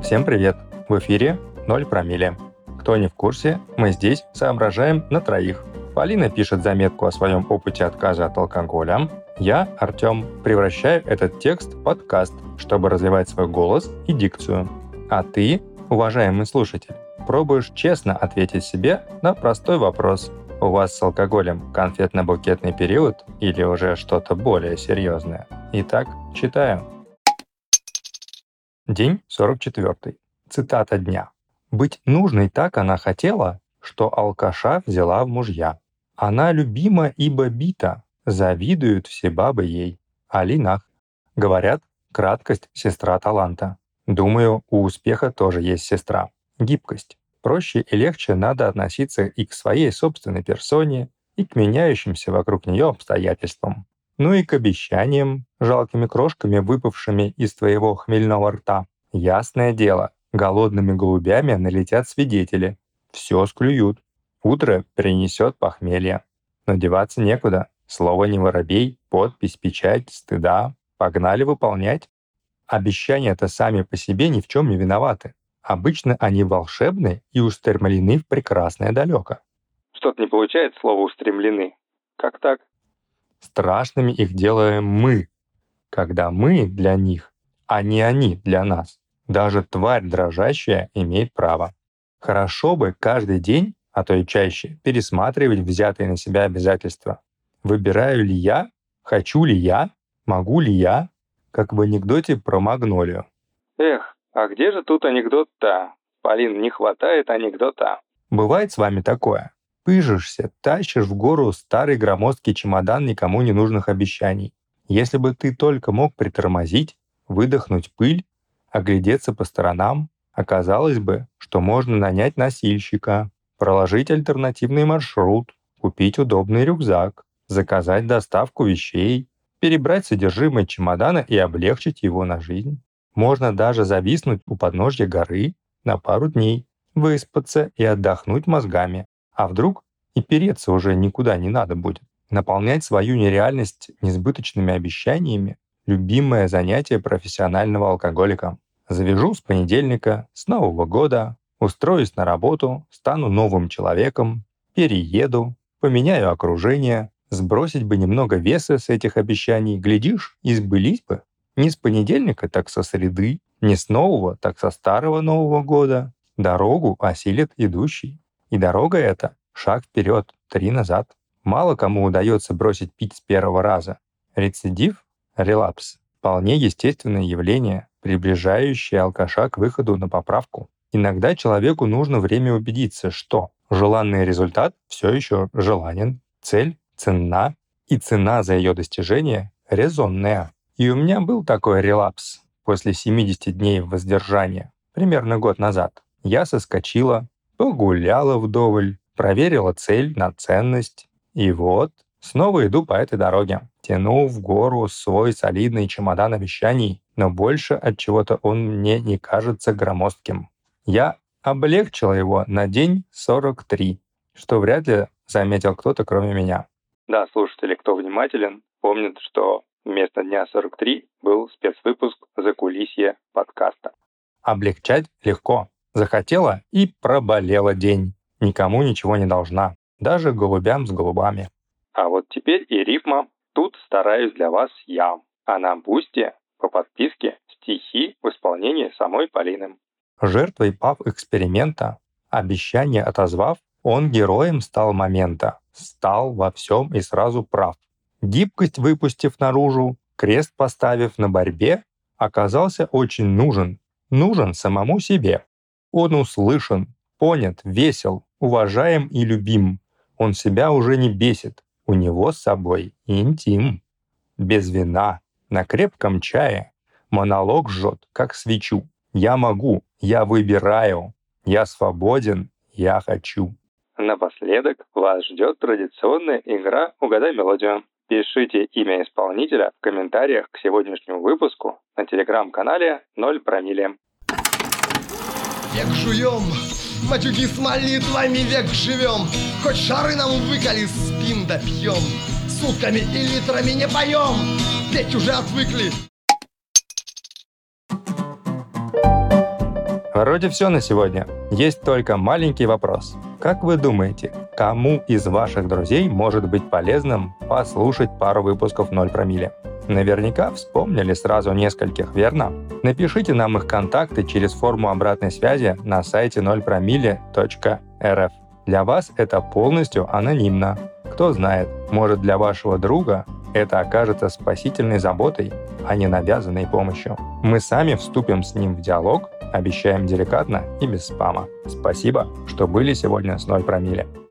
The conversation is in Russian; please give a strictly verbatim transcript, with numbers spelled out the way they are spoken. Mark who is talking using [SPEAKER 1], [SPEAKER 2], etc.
[SPEAKER 1] Всем привет! В эфире ноль промилле. Кто не в курсе, мы здесь соображаем на троих. Полина пишет заметку о своем опыте отказа от алкоголя. Я, Артем, превращаю этот текст в подкаст, чтобы развивать свой голос и дикцию. А ты, уважаемый слушатель, пробуешь честно ответить себе на простой вопрос. У вас с алкоголем конфетно-букетный период или уже что-то более серьезное? Итак, читаю. День сорок четвёртый. Цитата дня. «Быть нужной так она хотела, что алкаша взяла в мужья. Она любима, ибо бита, завидуют все бабы ей». Алинах. Говорят, краткость — сестра таланта. Думаю, у успеха тоже есть сестра. Гибкость. Проще и легче надо относиться и к своей собственной персоне, и к меняющимся вокруг нее обстоятельствам. Ну и к обещаниям, жалкими крошками, выпавшими из твоего хмельного рта. Ясное дело, голодными голубями налетят свидетели. Все склюют. Утро принесет похмелье. Но деваться некуда. Слово не воробей, подпись, печать, стыда. Погнали выполнять. Обещания-то сами по себе ни в чем не виноваты. Обычно они волшебны и устремлены в прекрасное далеко.
[SPEAKER 2] Что-то не получается слово «устремлены». Как так?
[SPEAKER 1] Страшными их делаем мы, когда мы для них, а не они для нас. Даже тварь дрожащая имеет право. Хорошо бы каждый день, а то и чаще, пересматривать взятые на себя обязательства. Выбираю ли я, хочу ли я, могу ли я, как в анекдоте про магнолию.
[SPEAKER 2] Эх, а где же тут анекдот-то? Полин, не хватает анекдота.
[SPEAKER 1] Бывает с вами такое? Пыжишься, тащишь в гору старый громоздкий чемодан никому не нужных обещаний. Если бы ты только мог притормозить, выдохнуть пыль, оглядеться по сторонам, оказалось бы, что можно нанять носильщика, проложить альтернативный маршрут, купить удобный рюкзак, заказать доставку вещей, перебрать содержимое чемодана и облегчить его на жизнь. Можно даже зависнуть у подножья горы на пару дней, выспаться и отдохнуть мозгами. А вдруг и переться уже никуда не надо будет. Наполнять свою нереальность несбыточными обещаниями — любимое занятие профессионального алкоголика. Завяжу с понедельника, с Нового года, устроюсь на работу, стану новым человеком, перееду, поменяю окружение, сбросить бы немного веса с этих обещаний, глядишь, и сбылись бы. Не с понедельника, так со среды, не с нового, так со старого Нового года. Дорогу осилит идущий. И дорога эта — шаг вперед, три назад. Мало кому удается бросить пить с первого раза. Рецидив, релапс — вполне естественное явление, приближающее алкаша к выходу на поправку. Иногда человеку нужно время убедиться, что желанный результат все еще желанен, цель ценна, и цена за ее достижение резонная. И у меня был такой релапс после семидесяти дней воздержания, примерно год назад. Я соскочила, погуляла вдоволь, проверила цель на ценность, и вот снова иду по этой дороге. Тяну в гору свой солидный чемодан обещаний, но больше от чего-то он мне не кажется громоздким. Я облегчила его на день сорок три, что вряд ли заметил кто-то, кроме меня.
[SPEAKER 2] Да, слушатели, кто внимателен, помнит, что вместо дня сорок три был спецвыпуск «Закулисье» подкаста.
[SPEAKER 1] Облегчать легко. Захотела и проболела день. Никому ничего не должна. Даже голубям с голубами.
[SPEAKER 2] А вот теперь и рифма. Тут стараюсь для вас я. А на Бусти по подписке стихи в исполнении самой Полины.
[SPEAKER 1] Жертвой пав эксперимента, обещание отозвав, он героем стал момента. Стал во всем и сразу прав. Гибкость выпустив наружу, крест поставив на борьбе, оказался очень нужен. Нужен самому себе. Он услышан, понят, весел, уважаем и любим. Он себя уже не бесит, у него с собой интим. Без вина, на крепком чае, монолог жжет, как свечу. Я могу, я выбираю, я свободен, я хочу.
[SPEAKER 2] Напоследок вас ждет традиционная игра «Угадай мелодию». Пишите имя исполнителя в комментариях к сегодняшнему выпуску на телеграм-канале ноль промилле.
[SPEAKER 3] Век жуем, матюги с молитвами век живем. Хоть шары нам выколи, спим да пьем. Сутками и литрами не поем, ведь уже отвыкли.
[SPEAKER 1] Вроде все на сегодня. Есть только маленький вопрос. Как вы думаете, кому из ваших друзей может быть полезным послушать пару выпусков ноль промилле? Наверняка вспомнили сразу нескольких, верно? Напишите нам их контакты через форму обратной связи на сайте ноль промилле точка эр эф. Для вас это полностью анонимно. Кто знает, может, для вашего друга это окажется спасительной заботой, а не навязанной помощью. Мы сами вступим с ним в диалог, обещаем деликатно и без спама. Спасибо, что были сегодня с ноль промилле.